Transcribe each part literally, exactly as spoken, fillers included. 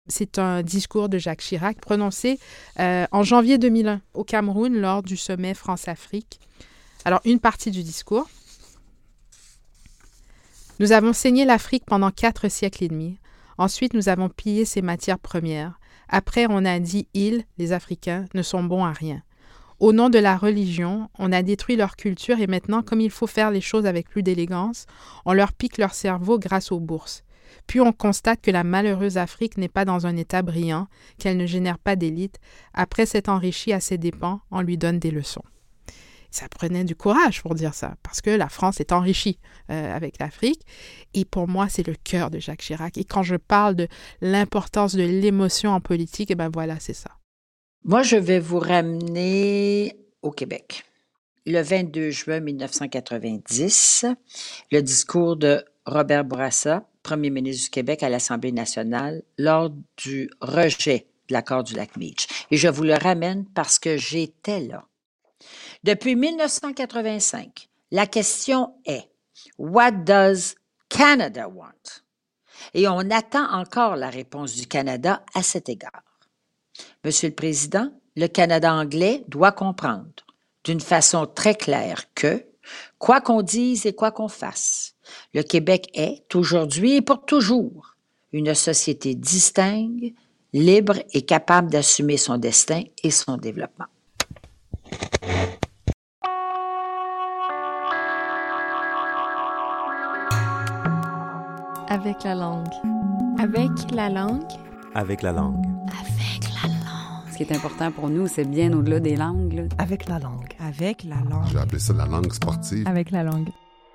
C'est un discours de Jacques Chirac prononcé euh, en janvier deux mille un au Cameroun lors du sommet France-Afrique. Alors, une partie du discours. « Nous avons saigné l'Afrique pendant quatre siècles et demi. Ensuite, nous avons pillé ses matières premières. Après, on a dit « ils, les Africains, ne sont bons à rien ». Au nom de la religion, on a détruit leur culture et maintenant, comme il faut faire les choses avec plus d'élégance, on leur pique leur cerveau grâce aux bourses. Puis on constate que la malheureuse Afrique n'est pas dans un état brillant, qu'elle ne génère pas d'élite. Après s'être enrichie à ses dépens, on lui donne des leçons. » Ça prenait du courage pour dire ça, parce que la France est enrichie euh, avec l'Afrique. Et pour moi, c'est le cœur de Jacques Chirac. Et quand je parle de l'importance de l'émotion en politique, eh ben voilà, c'est ça. Moi, je vais vous ramener au Québec. Le vingt-deux juin mille neuf cent quatre-vingt-dix, le discours de Robert Bourassa, premier ministre du Québec à l'Assemblée nationale, lors du rejet de l'accord du lac Meach. Et je vous le ramène parce que j'étais là. Depuis mille neuf cent quatre-vingt-cinq, la question est « What does Canada want? » Et on attend encore la réponse du Canada à cet égard. Monsieur le Président, le Canada anglais doit comprendre d'une façon très claire que, quoi qu'on dise et quoi qu'on fasse, le Québec est, aujourd'hui et pour toujours, une société distincte, libre et capable d'assumer son destin et son développement. Avec la langue. Avec la langue. Avec la langue. Avec la langue. Ce qui est important pour nous, c'est bien au-delà des langues. Là. Avec la langue. Avec la langue. J'ai appelé ça la langue sportive. Avec la langue.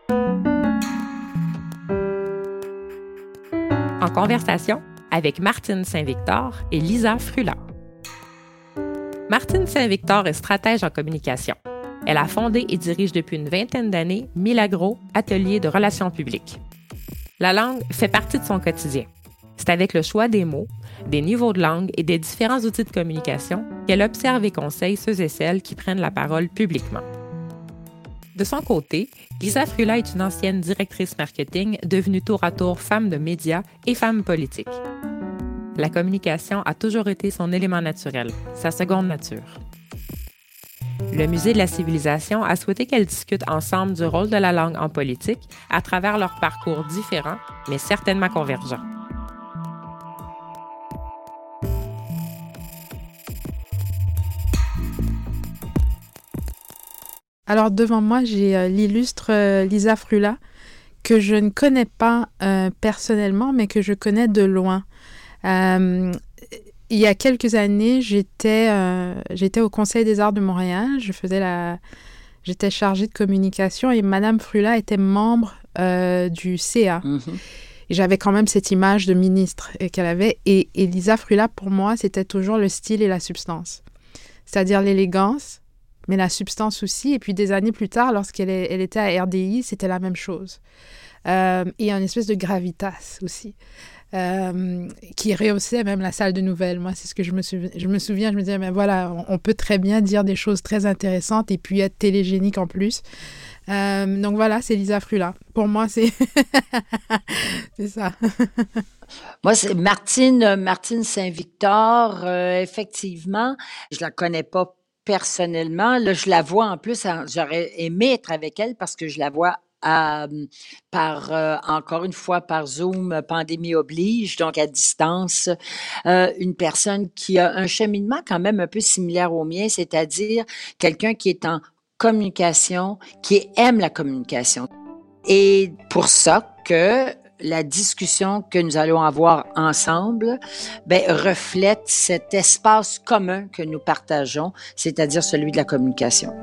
En conversation avec Martine Saint-Victor et Lisa Frula. Martine Saint-Victor est stratège en communication. Elle a fondé et dirige depuis une vingtaine d'années Milagro, atelier de relations publiques. La langue fait partie de son quotidien. C'est avec le choix des mots, des niveaux de langue et des différents outils de communication qu'elle observe et conseille ceux et celles qui prennent la parole publiquement. De son côté, Lisa Frula est une ancienne directrice marketing devenue tour à tour femme de médias et femme politique. La communication a toujours été son élément naturel, sa seconde nature. Le Musée de la civilisation a souhaité qu'elles discutent ensemble du rôle de la langue en politique à travers leurs parcours différents, mais certainement convergents. Alors, devant moi, j'ai euh, l'illustre euh, Lisa Frula, que je ne connais pas euh, personnellement, mais que je connais de loin. Euh, il y a quelques années, j'étais, euh, j'étais au Conseil des arts de Montréal. Je faisais la... J'étais chargée de communication et Madame Frula était membre euh, du C A. Mm-hmm. Et j'avais quand même cette image de ministre qu'elle avait. Et, et Lisa Frula, pour moi, c'était toujours le style et la substance. C'est-à-dire l'élégance, mais la substance aussi. Et puis des années plus tard, lorsqu'elle est, elle était à R D I, c'était la même chose. Euh, et une espèce de gravitas aussi, euh, qui rehaussait même la salle de nouvelles. Moi, c'est ce que je me, souvi- je me souviens. Je me disais, mais voilà, on, on peut très bien dire des choses très intéressantes et puis être télégénique en plus. Euh, donc voilà, c'est Lisa Frula. Pour moi, c'est, c'est ça. Moi, c'est Martine, Martine Saint-Victor. Euh, effectivement, je la connais pas personnellement. Là, je la vois en plus, j'aurais aimé être avec elle parce que je la vois à, par, euh, encore une fois, par Zoom, pandémie oblige, donc à distance. Euh, une personne qui a un cheminement quand même un peu similaire au mien, c'est-à-dire quelqu'un qui est en communication, qui aime la communication. Et pour ça que la discussion que nous allons avoir ensemble ben, reflète cet espace commun que nous partageons, c'est-à-dire celui de la communication.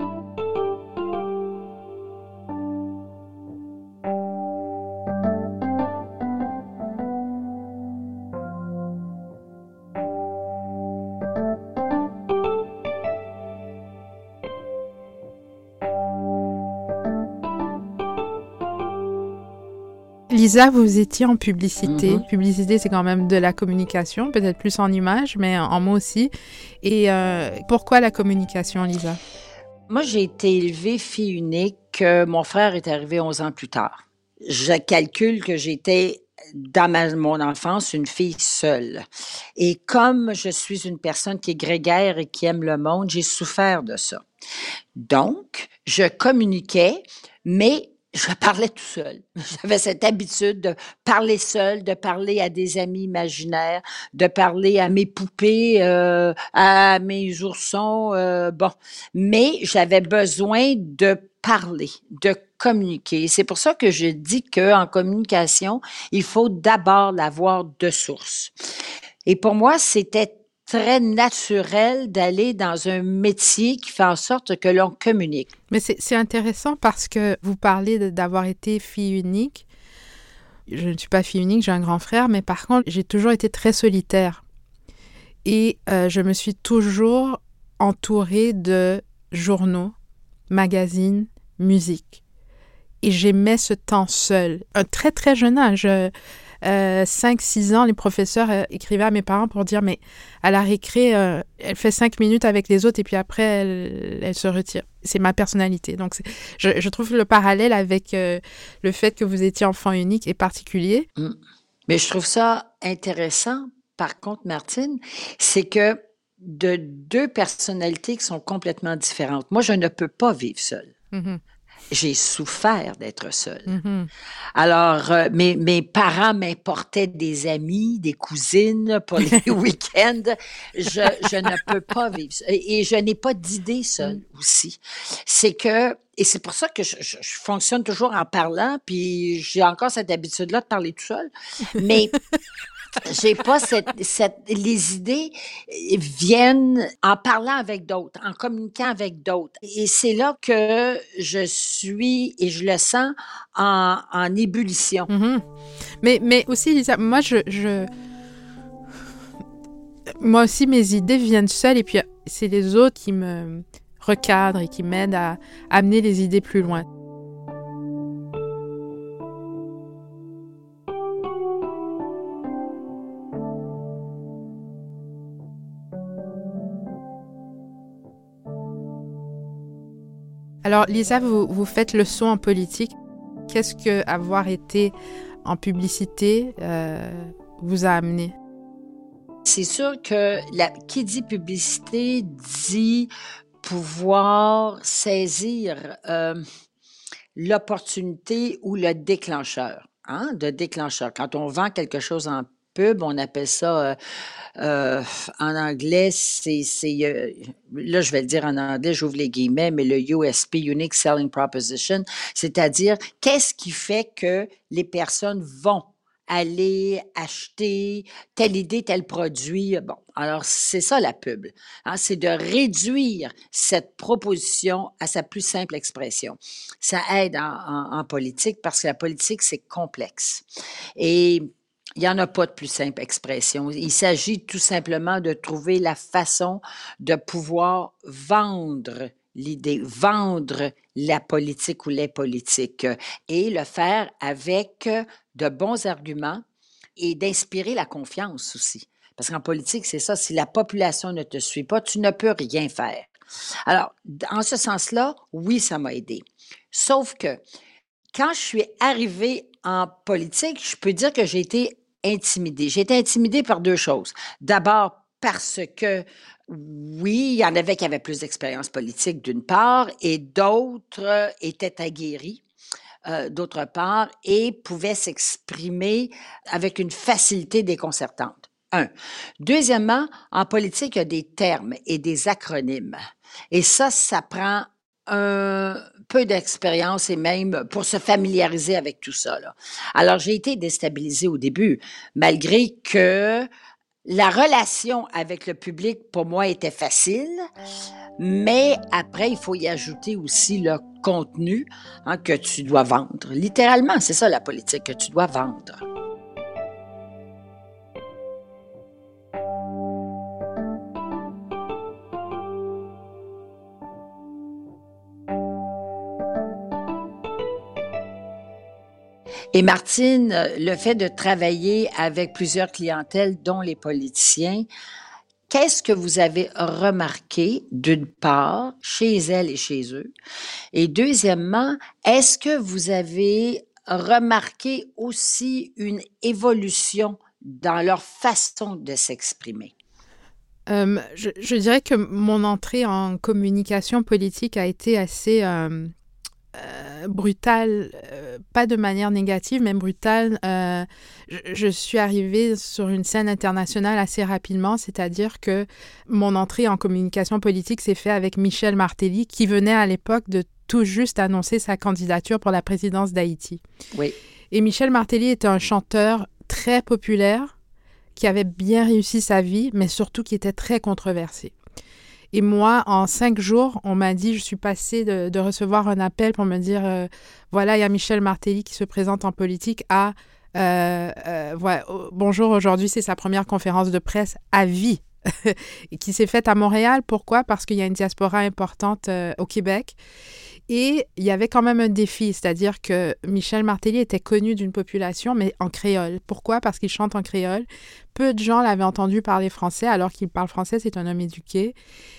Lisa, vous étiez en publicité. Mm-hmm. Publicité, c'est quand même de la communication, peut-être plus en images, mais en, en mots aussi. Et euh, pourquoi la communication, Lisa? Moi, j'ai été élevée fille unique. Mon frère est arrivé onze ans plus tard. Je calcule que j'étais dans ma, mon enfance, une fille seule. Et comme je suis une personne qui est grégaire et qui aime le monde, j'ai souffert de ça. Donc, je communiquais, mais je parlais tout seul. J'avais cette habitude de parler seul, de parler à des amis imaginaires, de parler à mes poupées, euh, à mes oursons, euh, bon. Mais j'avais besoin de parler, de communiquer. C'est pour ça que je dis qu'en communication, il faut d'abord l'avoir de source. Et pour moi, c'était très naturel d'aller dans un métier qui fait en sorte que l'on communique. Mais c'est, c'est intéressant parce que vous parlez de, d'avoir été fille unique. Je ne suis pas fille unique, j'ai un grand frère, mais par contre, j'ai toujours été très solitaire. Et euh, je me suis toujours entourée de journaux, magazines, musique. Et j'aimais ce temps seul. Un très, très jeune âge. Euh, cinq six ans, les professeurs euh, écrivaient à mes parents pour dire « Mais à la récré, euh, elle fait cinq minutes avec les autres et puis après, elle, elle se retire. » C'est ma personnalité. Donc, c'est, je, je trouve le parallèle avec euh, le fait que vous étiez enfant unique est particulier. Mmh. Mais je trouve ça intéressant, par contre, Martine, c'est que de deux personnalités qui sont complètement différentes. Moi, je ne peux pas vivre seule. Mm-hmm. J'ai souffert d'être seule. Mm-hmm. Alors, euh, mes, mes parents m'importaient des amis, des cousines pour les week-ends. Je, je ne peux pas vivre seule. Et, et je n'ai pas d'idée seule mm. aussi. C'est que, et c'est pour ça que je, je, je fonctionne toujours en parlant, puis j'ai encore cette habitude-là de parler tout seul. Mais j'ai pas cette, cette, les idées viennent en parlant avec d'autres, en communiquant avec d'autres. Et c'est là que je suis, et je le sens, en, en ébullition. Mm-hmm. Mais, mais aussi, Lisa, moi, je, je... moi aussi, mes idées viennent seules, et puis c'est les autres qui me recadrent et qui m'aident à amener les idées plus loin. Alors, Lisa, vous, vous faites le saut en politique. Qu'est-ce que avoir été en publicité euh, vous a amené? C'est sûr que la, qui dit publicité dit pouvoir saisir euh, l'opportunité ou le déclencheur. Hein, de déclencheur. Quand on vend quelque chose en pub, on appelle ça... Euh, Euh, en anglais, c'est, c'est euh, là, je vais le dire en anglais, j'ouvre les guillemets, mais le U S P, Unique Selling Proposition, c'est-à-dire qu'est-ce qui fait que les personnes vont aller acheter telle idée, tel produit. Bon, alors c'est ça la pub, hein, c'est de réduire cette proposition à sa plus simple expression. Ça aide en, en, en politique parce que la politique, c'est complexe. Et il n'y en a pas de plus simple expression. Il s'agit tout simplement de trouver la façon de pouvoir vendre l'idée, vendre la politique ou les politiques et le faire avec de bons arguments et d'inspirer la confiance aussi. Parce qu'en politique, c'est ça, si la population ne te suit pas, tu ne peux rien faire. Alors, en ce sens-là, oui, ça m'a aidé. Sauf que quand je suis arrivée en politique, je peux dire que j'ai été intimidée. J'ai été intimidée par deux choses. D'abord, parce que, oui, il y en avait qui avaient plus d'expérience politique, d'une part, et d'autres étaient aguerris, euh, d'autre part, et pouvaient s'exprimer avec une facilité déconcertante. Un. Deuxièmement, en politique, il y a des termes et des acronymes. Et ça, ça prend un peu d'expérience et même pour se familiariser avec tout ça, là. Alors, j'ai été déstabilisée au début, malgré que la relation avec le public, pour moi, était facile, mais après, il faut y ajouter aussi le contenu, hein, que tu dois vendre. Littéralement, c'est ça la politique, que tu dois vendre. Et Martine, le fait de travailler avec plusieurs clientèles, dont les politiciens, qu'est-ce que vous avez remarqué, d'une part, chez elles et chez eux? Et deuxièmement, est-ce que vous avez remarqué aussi une évolution dans leur façon de s'exprimer? Euh, je, je dirais que mon entrée en communication politique a été assez euh, euh, brutale, euh, pas de manière négative, mais brutale. Euh, je, je suis arrivée sur une scène internationale assez rapidement, c'est-à-dire que mon entrée en communication politique s'est faite avec Michel Martelly, qui venait à l'époque de tout juste annoncer sa candidature pour la présidence d'Haïti. Oui. Et Michel Martelly était un chanteur très populaire, qui avait bien réussi sa vie, mais surtout qui était très controversé. Et moi, en cinq jours, on m'a dit, je suis passée de, de recevoir un appel pour me dire, euh, voilà, il y a Michel Martelly qui se présente en politique à, euh, euh, voilà, oh, bonjour, aujourd'hui, c'est sa première conférence de presse à vie, et qui s'est faite à Montréal. Pourquoi? Parce qu'il y a une diaspora importante euh, au Québec. Et il y avait quand même un défi, c'est-à-dire que Michel Martelly était connu d'une population, mais en créole. Pourquoi? Parce qu'il chante en créole. Peu de gens l'avaient entendu parler français, alors qu'il parle français, c'est un homme éduqué.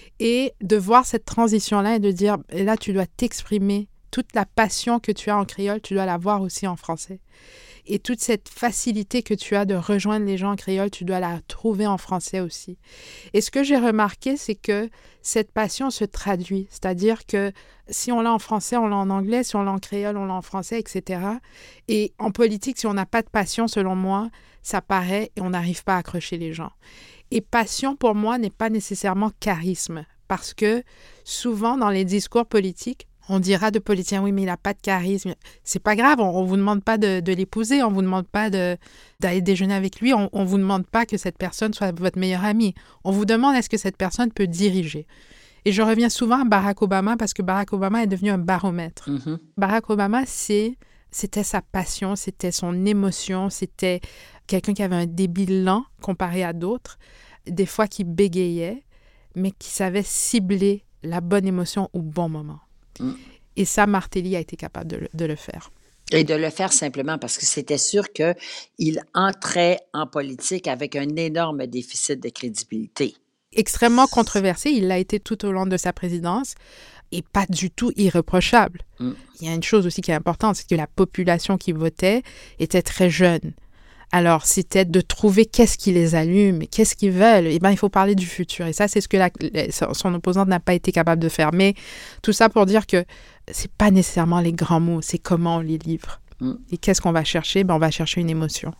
Et de voir cette transition-là et de dire, là, tu dois t'exprimer. Toute la passion que tu as en créole, tu dois l'avoir aussi en français. Et toute cette facilité que tu as de rejoindre les gens en créole, tu dois la trouver en français aussi. Et ce que j'ai remarqué, c'est que cette passion se traduit. C'est-à-dire que si on l'a en français, on l'a en anglais. Si on l'a en créole, on l'a en français, et cetera. Et en politique, si on n'a pas de passion, selon moi, ça paraît et on n'arrive pas à accrocher les gens. Et passion, pour moi, n'est pas nécessairement charisme. Parce que souvent, dans les discours politiques, on dira de politiciens, oui, mais il n'a pas de charisme. C'est pas grave, on ne vous demande pas de, de l'épouser, on ne vous demande pas de, d'aller déjeuner avec lui, on ne vous demande pas que cette personne soit votre meilleur ami. On vous demande est-ce que cette personne peut diriger. Et je reviens souvent à Barack Obama parce que Barack Obama est devenu un baromètre. Mm-hmm. Barack Obama, c'est, c'était sa passion, c'était son émotion, c'était quelqu'un qui avait un débit lent comparé à d'autres, des fois qui bégayait, mais qui savait cibler la bonne émotion au bon moment. Mm. Et ça, Martelly a été capable de le, de le faire. Et de le faire simplement parce que c'était sûr qu'il entrait en politique avec un énorme déficit de crédibilité. Extrêmement controversé, il l'a été tout au long de sa présidence et pas du tout irréprochable. Mm. Il y a une chose aussi qui est importante, c'est que la population qui votait était très jeune. Alors, c'était de trouver qu'est-ce qui les allume, qu'est-ce qu'ils veulent. Eh bien, il faut parler du futur. Et ça, c'est ce que la, son opposante n'a pas été capable de faire. Mais tout ça pour dire que c'est pas nécessairement les grands mots, c'est comment on les livre. Mm. Et qu'est-ce qu'on va chercher? Ben, on va chercher une émotion.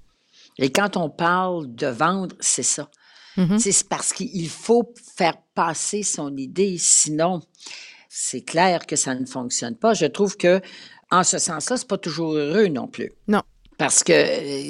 Et quand on parle de vendre, c'est ça. Mm-hmm. C'est parce qu'il faut faire passer son idée, sinon, c'est clair que ça ne fonctionne pas. Je trouve que, en ce sens-là, c'est pas toujours heureux non plus. Non. Parce que,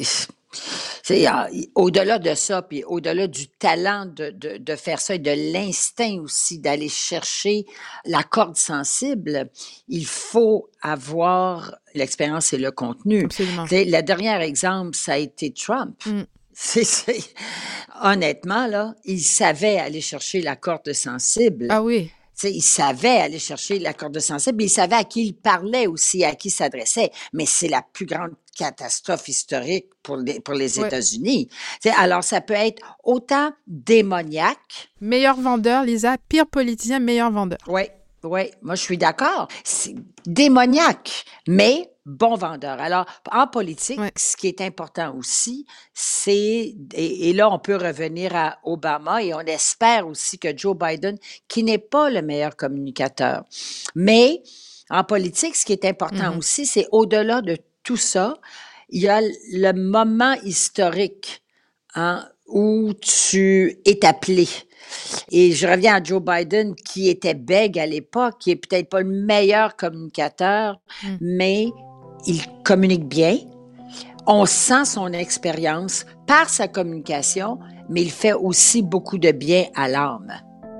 c'est, au-delà de ça, puis au-delà du talent de, de, de faire ça et de l'instinct aussi d'aller chercher la corde sensible, il faut avoir l'expérience et le contenu. Absolument. Le dernier exemple, ça a été Trump. Mm. C'est, c'est, honnêtement, là, il savait aller chercher la corde sensible. Ah oui. T'sais, il savait aller chercher la corde sensible, il savait à qui il parlait aussi, à qui il s'adressait. Mais c'est la plus grande catastrophe historique pour les, pour les ouais. États-Unis. T'sais, alors, ça peut être autant démoniaque. Meilleur vendeur, Lisa, pire politicien, meilleur vendeur. Oui, oui, moi, je suis d'accord. C'est démoniaque, mais bon vendeur. Alors, en politique, ouais. ce qui est important aussi, c'est, et, et là, on peut revenir à Obama et on espère aussi que Joe Biden, qui n'est pas le meilleur communicateur, mais en politique, ce qui est important mm-hmm. aussi, c'est au-delà de tout ça, il y a le moment historique hein, où tu es appelé. Et je reviens à Joe Biden, qui était bègue à l'époque, qui est peut-être pas le meilleur communicateur, mm. mais il communique bien. On sent son expérience par sa communication, mais il fait aussi beaucoup de bien à l'âme.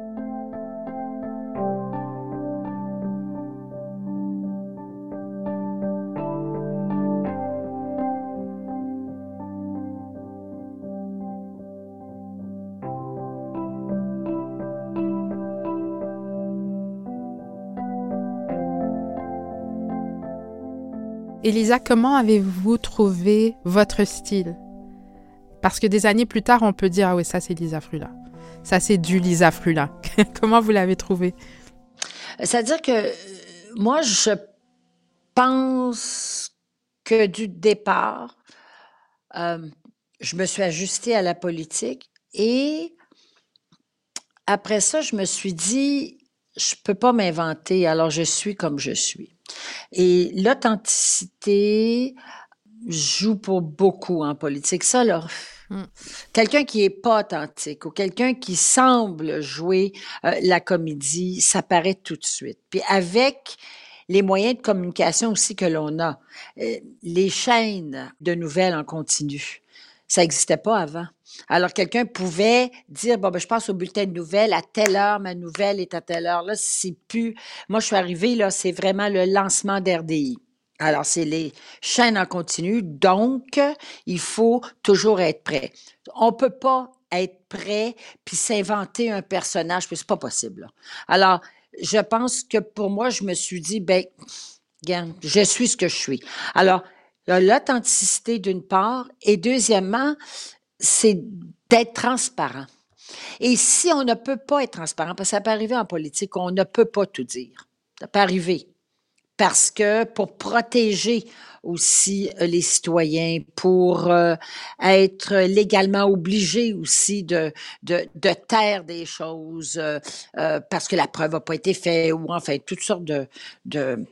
Elisa, comment avez-vous trouvé votre style? Parce que des années plus tard, on peut dire « Ah oui, ça, c'est Lisa Frula. Ça, c'est du Lisa Frula. » Comment vous l'avez trouvé? C'est-à-dire que moi, je pense que du départ, euh, je me suis ajustée à la politique et après ça, je me suis dit, je peux pas m'inventer, alors je suis comme je suis. Et l'authenticité joue pour beaucoup en politique. Ça, là, Mm. quelqu'un qui est pas authentique ou quelqu'un qui semble jouer euh, la comédie, ça paraît tout de suite. Puis avec les moyens de communication aussi que l'on a, euh, les chaînes de nouvelles en continu, ça n'existait pas avant. Alors, quelqu'un pouvait dire, bon, ben, je passe au bulletin de nouvelles, à telle heure, ma nouvelle est à telle heure. Là, c'est plus... Moi, je suis arrivée, là, c'est vraiment le lancement d'R D I. Alors, c'est les chaînes en continu, donc il faut toujours être prêt. On peut pas être prêt puis s'inventer un personnage, puis c'est pas possible, là. Alors, je pense que pour moi, je me suis dit, ben, regarde, je suis ce que je suis. Alors, il y a l'authenticité d'une part, et deuxièmement, c'est d'être transparent. Et si on ne peut pas être transparent, parce que ça peut arriver en politique, on ne peut pas tout dire. Ça peut arriver. Parce que pour protéger aussi euh, les citoyens, pour euh, être légalement obligé aussi de, de, de taire des choses euh, euh, parce que la preuve n'a pas été faite ou enfin toutes sortes de, de,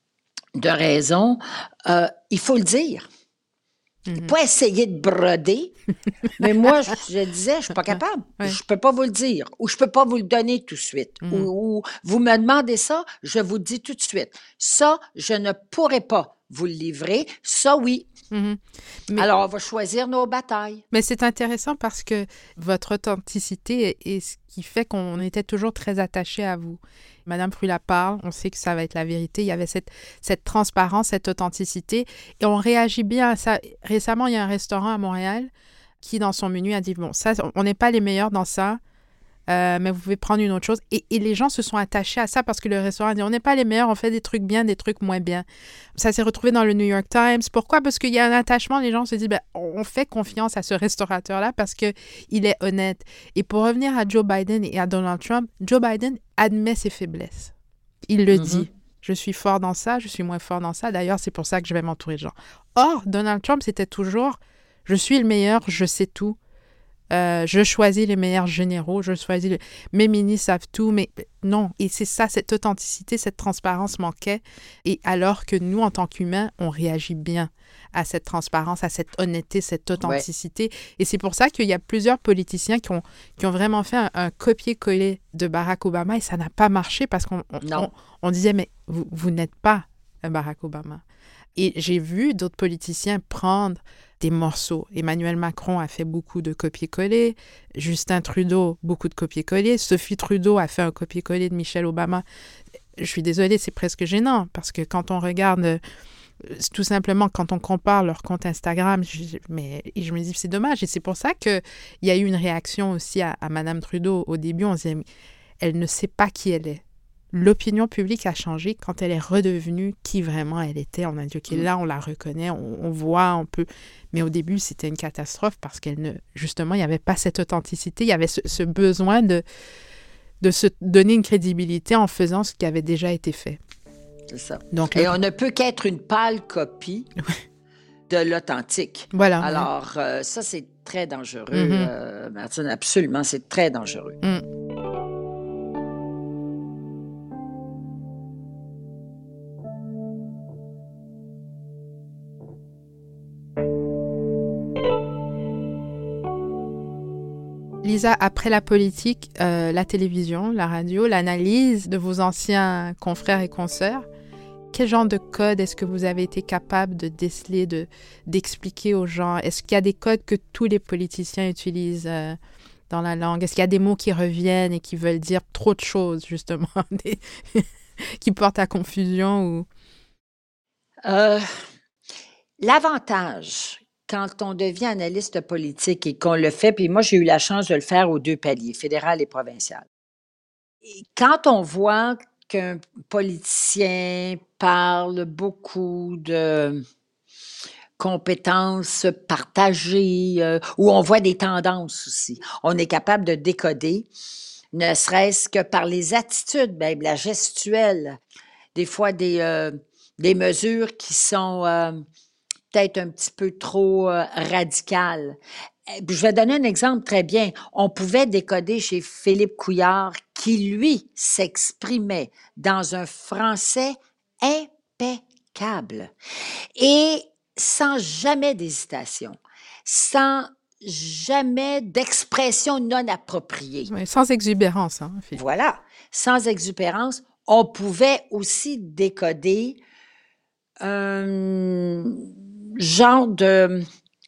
de raisons, euh, il faut le dire. Mhm. Pas essayer de broder, mais moi, je, je disais, je suis pas capable. Ouais. Je peux pas vous le dire ou je peux pas vous le donner tout de suite. Mhm. Ou, ou vous me demandez ça, je vous le dis tout de suite. Ça, je ne pourrais pas vous le livrer. Ça, oui. Mhm. Mais, Alors, on va choisir nos batailles. mais c'est intéressant parce que votre authenticité est, est ce qui fait qu'on était toujours très attachés à vous. Madame Frula parle, on sait que ça va être la vérité. Il y avait cette, cette transparence, cette authenticité et on réagit bien à ça. Récemment, il y a un restaurant à Montréal qui, dans son menu, a dit, bon, ça, on n'est pas les meilleurs dans ça, euh, mais vous pouvez prendre une autre chose. Et, et les gens se sont attachés à ça parce que le restaurant a dit, on n'est pas les meilleurs, on fait des trucs bien, des trucs moins bien. Ça s'est retrouvé dans le New York Times. Pourquoi? Parce qu'il y a un attachement. Les gens se disent, ben, on fait confiance à ce restaurateur-là parce qu'il est honnête. Et pour revenir à Joe Biden et à Donald Trump, Joe Biden admet ses faiblesses. Il le Mhm. dit. Je suis fort dans ça, je suis moins fort dans ça. D'ailleurs, c'est pour ça que je vais m'entourer de gens. Or, Donald Trump, c'était toujours, je suis le meilleur, je sais tout. Euh, je choisis les meilleurs généraux, je choisis le... mes ministres savent tout, mais non. Et c'est ça, cette authenticité, cette transparence manquait. Et alors que nous, en tant qu'humains, on réagit bien à cette transparence, à cette honnêteté, cette authenticité. Ouais. Et c'est pour ça qu'il y a plusieurs politiciens qui ont, qui ont vraiment fait un, un copier-coller de Barack Obama et ça n'a pas marché parce qu'on on, on, on disait, mais vous, vous n'êtes pas un Barack Obama. Et j'ai vu d'autres politiciens prendre des morceaux. Emmanuel Macron a fait beaucoup de copier-coller. Justin Trudeau, beaucoup de copier-coller. Sophie Trudeau a fait un copier-coller de Michelle Obama. Je suis désolée, c'est presque gênant parce que quand on regarde, tout simplement, quand on compare leur compte Instagram, je, mais, je me dis c'est dommage. Et c'est pour ça qu'il y a eu une réaction aussi à, à Mme Trudeau. Au début, on se disait, elle ne sait pas qui elle est. L'opinion publique a changé quand elle est redevenue qui vraiment elle était. On a dit, OK, là, on la reconnaît, on, on voit, on peut... Mais au début, c'était une catastrophe parce qu'elle ne... Justement, il n'y avait pas cette authenticité. Il y avait ce, ce besoin de, de se donner une crédibilité en faisant ce qui avait déjà été fait. C'est ça. Donc, Et le... on ne peut qu'être une pâle copie de l'authentique. Voilà. Alors, ouais. euh, ça, c'est très dangereux, Mm-hmm. euh, Martine. Absolument, c'est très dangereux. Mm. Lisa, après la politique, euh, la télévision, la radio, l'analyse de vos anciens confrères et consoeurs, quel genre de code est-ce que vous avez été capable de déceler, de, d'expliquer aux gens? Est-ce qu'il y a des codes que tous les politiciens utilisent euh, dans la langue? Est-ce qu'il y a des mots qui reviennent et qui veulent dire trop de choses, justement, des... qui portent à confusion? Ou... Euh, l'avantage... quand on devient analyste politique et qu'on le fait, puis moi, j'ai eu la chance de le faire aux deux paliers, fédéral et provincial. Et quand on voit qu'un politicien parle beaucoup de compétences partagées, euh, où on voit des tendances aussi, on est capable de décoder, ne serait-ce que par les attitudes, même la gestuelle, des fois des, euh, des mesures qui sont... Euh, peut-être un petit peu trop euh, radical. Je vais donner un exemple très bien. On pouvait décoder chez Philippe Couillard qui, lui, s'exprimait dans un français impeccable et sans jamais d'hésitation, sans jamais d'expression non appropriée. Oui, sans exubérance, hein, Philippe. Voilà, sans exubérance. On pouvait aussi décoder un genre de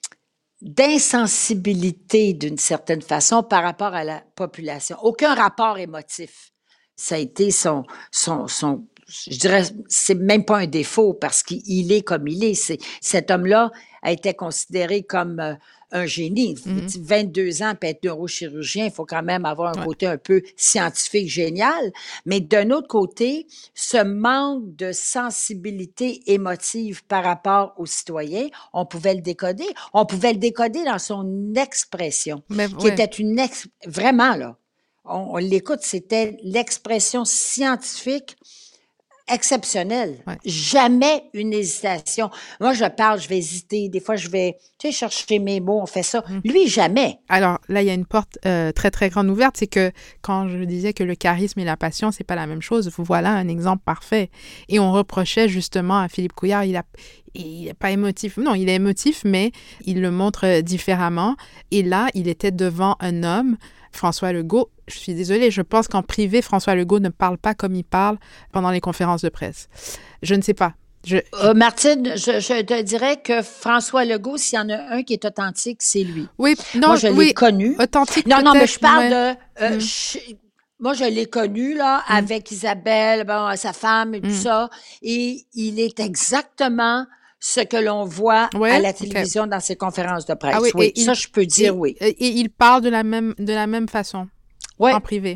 d'insensibilité d'une certaine façon par rapport à la population. Aucun rapport émotif. Ça a été son, son, son je dirais, c'est même pas un défaut parce qu'il est comme il est. C'est, cet homme-là a été considéré comme euh, un génie. Mm-hmm. vingt-deux ans, puis être neurochirurgien, il faut quand même avoir un ouais. côté un peu scientifique génial. Mais d'un autre côté, ce manque de sensibilité émotive par rapport aux citoyens, on pouvait le décoder. On pouvait le décoder dans son expression, Mais, qui ouais. était une... Ex... Vraiment, là, on, on l'écoute, c'était l'expression scientifique exceptionnel. Ouais. Jamais une hésitation. Moi, je parle, je vais hésiter. Des fois, je vais tu sais, chercher mes mots, on fait ça. Mmh. Lui, jamais. Alors, là, il y a une porte euh, très, très grande ouverte. C'est que quand je disais que le charisme et la passion, c'est pas la même chose, voilà un exemple parfait. Et on reprochait justement à Philippe Couillard, il a... il n'est pas émotif. Non, il est émotif, mais il le montre différemment. Et là, il était devant un homme, François Legault. Je suis désolée, je pense qu'en privé, François Legault ne parle pas comme il parle pendant les conférences de presse. Je ne sais pas. Je... Euh, Martine, je, je te dirais que François Legault, s'il y en a un qui est authentique, c'est lui. Oui, non, Moi, je l'ai oui, connu. Authentique, non, peut-être, non, mais je parle mais... de... Euh, mm. je, moi, je l'ai connu, là, mm. avec Isabelle, bon, sa femme et tout mm. ça. Et il est exactement... ce que l'on voit ouais, à la télévision okay. dans ses conférences de presse. Ah oui, oui ça, il, je peux dire et, oui. Et il parle de la même, de la même façon, ouais. en privé.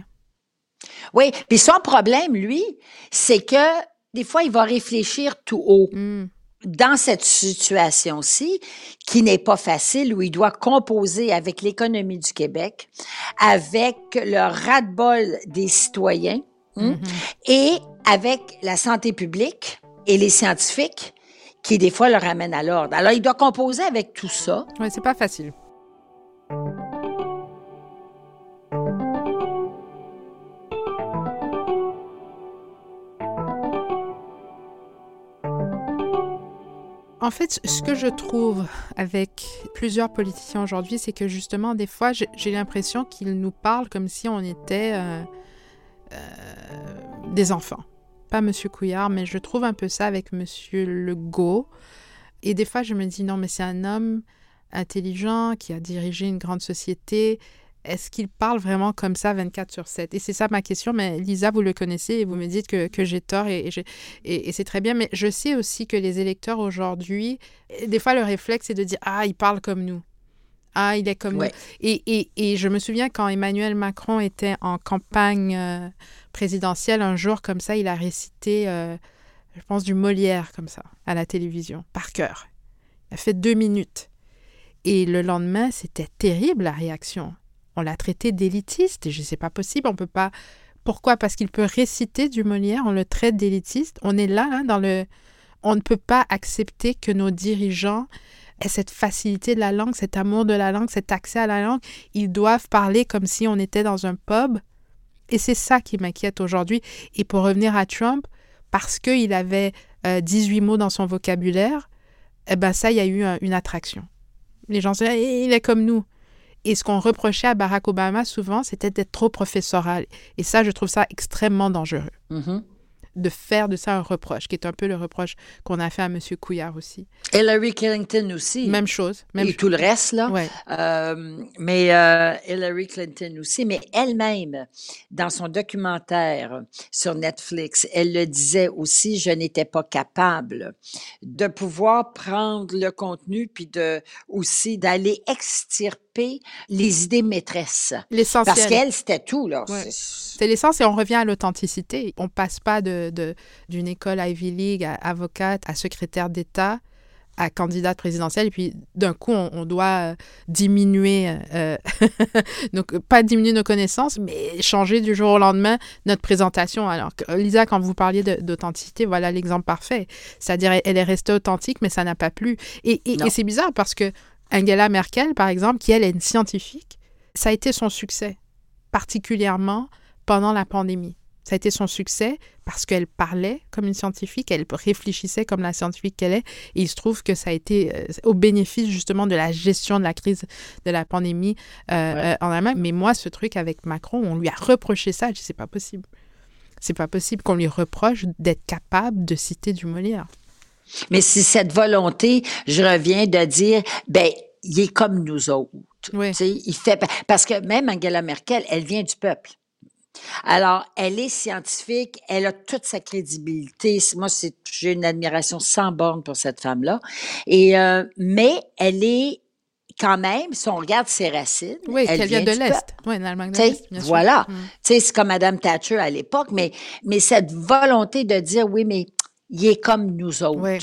Oui, puis son problème, lui, c'est que des fois, il va réfléchir tout haut. Mm. Dans cette situation-ci, qui n'est pas facile, où il doit composer avec l'économie du Québec, avec le ras-de-bol des citoyens mm-hmm. hein, et avec la santé publique et les scientifiques, qui, des fois, le ramène à l'ordre. Alors, il doit composer avec tout ça. Oui, c'est pas facile. En fait, ce que je trouve avec plusieurs politiciens aujourd'hui, c'est que justement, des fois, j'ai, j'ai l'impression qu'ils nous parlent comme si on était euh, euh, des enfants. Pas M. Couillard, mais je trouve un peu ça avec M. Legault. Et des fois, je me dis, non, mais c'est un homme intelligent qui a dirigé une grande société. Est-ce qu'il parle vraiment comme ça vingt-quatre sur sept? Et c'est ça ma question. Mais Lisa, vous le connaissez et vous me dites que, que j'ai tort et, et, j'ai, et, et c'est très bien. Mais je sais aussi que les électeurs aujourd'hui, des fois, le réflexe, c'est de dire, ah, il parle comme nous. Ah, il est comme ouais. nous. Et, et, et je me souviens quand Emmanuel Macron était en campagne euh, présidentielle, un jour comme ça, il a récité, euh, je pense, du Molière comme ça, à la télévision, par cœur. Il a fait deux minutes. Et le lendemain, c'était terrible la réaction. On l'a traité d'élitiste et je sais pas possible, on peut pas... Pourquoi? Parce qu'il peut réciter du Molière, on le traite d'élitiste. On est là, hein, dans le... On ne peut pas accepter que nos dirigeants aient cette facilité de la langue, cet amour de la langue, cet accès à la langue. Ils doivent parler comme si on était dans un pub. Et c'est ça qui m'inquiète aujourd'hui. Et pour revenir à Trump, parce qu'il avait euh, dix-huit mots dans son vocabulaire, eh ben ça, il y a eu un, une attraction. Les gens se disent, eh, il est comme nous. Et ce qu'on reprochait à Barack Obama souvent, c'était d'être trop professoral. Et ça, je trouve ça extrêmement dangereux. Mm-hmm. De faire de ça un reproche, qui est un peu le reproche qu'on a fait à M. Couillard aussi. Hillary Clinton aussi. Même chose. Même et chose. Tout le reste, là. Ouais. Euh, mais euh, Hillary Clinton aussi. Mais elle-même, dans son documentaire sur Netflix, elle le disait aussi, je n'étais pas capable de pouvoir prendre le contenu puis de, aussi d'aller extirper les idées maîtresses. L'essentiel. Parce qu'elle, c'était tout, là. Ouais. C'est... C'est l'essence et on revient à l'authenticité. On ne passe pas de, de, d'une école Ivy League à avocate, à secrétaire d'État, à candidate présidentielle et puis d'un coup, on, on doit diminuer, euh, donc pas diminuer nos connaissances, mais changer du jour au lendemain notre présentation. Alors, Lisa, quand vous parliez de, d'authenticité, voilà l'exemple parfait. C'est-à-dire, elle, elle est restée authentique, mais ça n'a pas plu. Et, et, et c'est bizarre parce que Angela Merkel, par exemple, qui elle est une scientifique, ça a été son succès, particulièrement pendant la pandémie. Ça a été son succès parce qu'elle parlait comme une scientifique, elle réfléchissait comme la scientifique qu'elle est. Et il se trouve que ça a été euh, au bénéfice justement de la gestion de la crise de la pandémie euh, ouais. euh, en Allemagne. Mais moi, ce truc avec Macron, on lui a reproché ça. Je dis, c'est pas possible. C'est pas possible qu'on lui reproche d'être capable de citer du Molière. Mais c'est cette volonté, je reviens, de dire, ben il est comme nous autres. Oui. Tu sais, il fait, parce que même Angela Merkel, elle vient du peuple. Alors, elle est scientifique, elle a toute sa crédibilité. Moi, c'est, j'ai une admiration sans borne pour cette femme-là. Et, euh, mais elle est quand même, si on regarde ses racines, oui, elle qu'elle vient vient de du l'Est. peuple. Oui, l'Allemagne de T'sais, l'Est, bien sûr. Voilà. Mm. Tu sais, c'est comme Madame Thatcher à l'époque, mais, mais cette volonté de dire, oui, mais il est comme nous autres. Oui.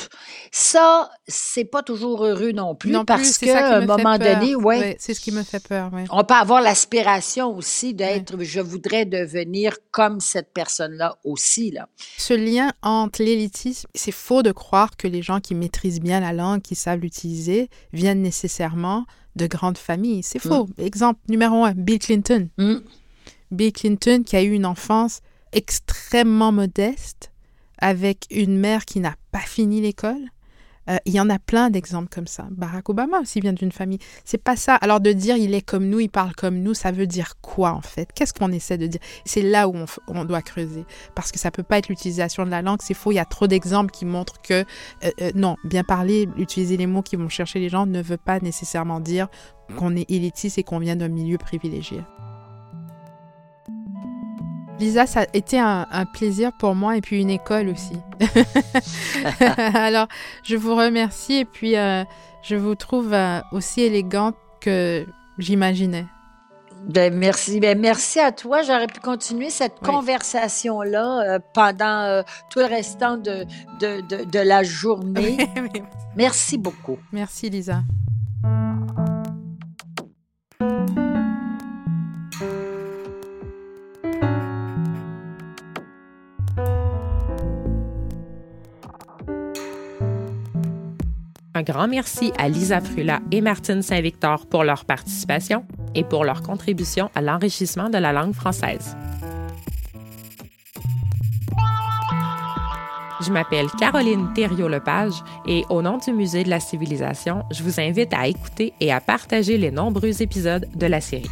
Ça, c'est pas toujours heureux non plus, non parce plus, qu'à un moment donné, ouais, ouais, c'est ce qui me fait peur. Ouais. On peut avoir l'aspiration aussi d'être, ouais. je voudrais devenir comme cette personne-là aussi, là. Ce lien entre l'élitisme, c'est faux de croire que les gens qui maîtrisent bien la langue, qui savent l'utiliser, viennent nécessairement de grandes familles. C'est faux. Mm. Exemple numéro un, Bill Clinton. Mm. Bill Clinton qui a eu une enfance extrêmement modeste, avec une mère qui n'a pas fini l'école. Euh, il y en a plein d'exemples comme ça. Barack Obama aussi vient d'une famille. C'est pas ça. Alors de dire il est comme nous, il parle comme nous, ça veut dire quoi en fait? Qu'est-ce qu'on essaie de dire? C'est là où on, on doit creuser. Parce que ça peut pas être l'utilisation de la langue, c'est faux. Il y a trop d'exemples qui montrent que euh, euh, non, bien parler, utiliser les mots qui vont chercher les gens ne veut pas nécessairement dire qu'on est élitiste et qu'on vient d'un milieu privilégié. Lisa, ça a été un, un plaisir pour moi et puis une école aussi. Alors, je vous remercie et puis euh, je vous trouve euh, aussi élégante que j'imaginais. Ben, merci. Ben, merci à toi. J'aurais pu continuer cette oui. conversation-là euh, pendant euh, tout le restant de, de, de, de la journée. Merci beaucoup. Merci, Lisa. Un grand merci à Lisa Frula et Martine Saint-Victor pour leur participation et pour leur contribution à l'enrichissement de la langue française. Je m'appelle Caroline Thériault-Lepage et au nom du Musée de la Civilisation, je vous invite à écouter et à partager les nombreux épisodes de la série.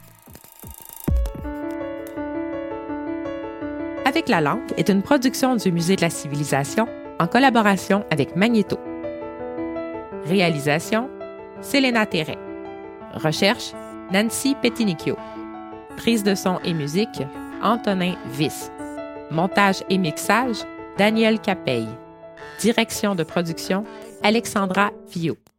Avec la langue est une production du Musée de la Civilisation en collaboration avec Magnéto. Réalisation, Selena Terret. Recherche, Nancy Petinicchio. Prise de son et musique, Antonin Viss. Montage et mixage, Daniel Capeille. Direction de production, Alexandra Viau.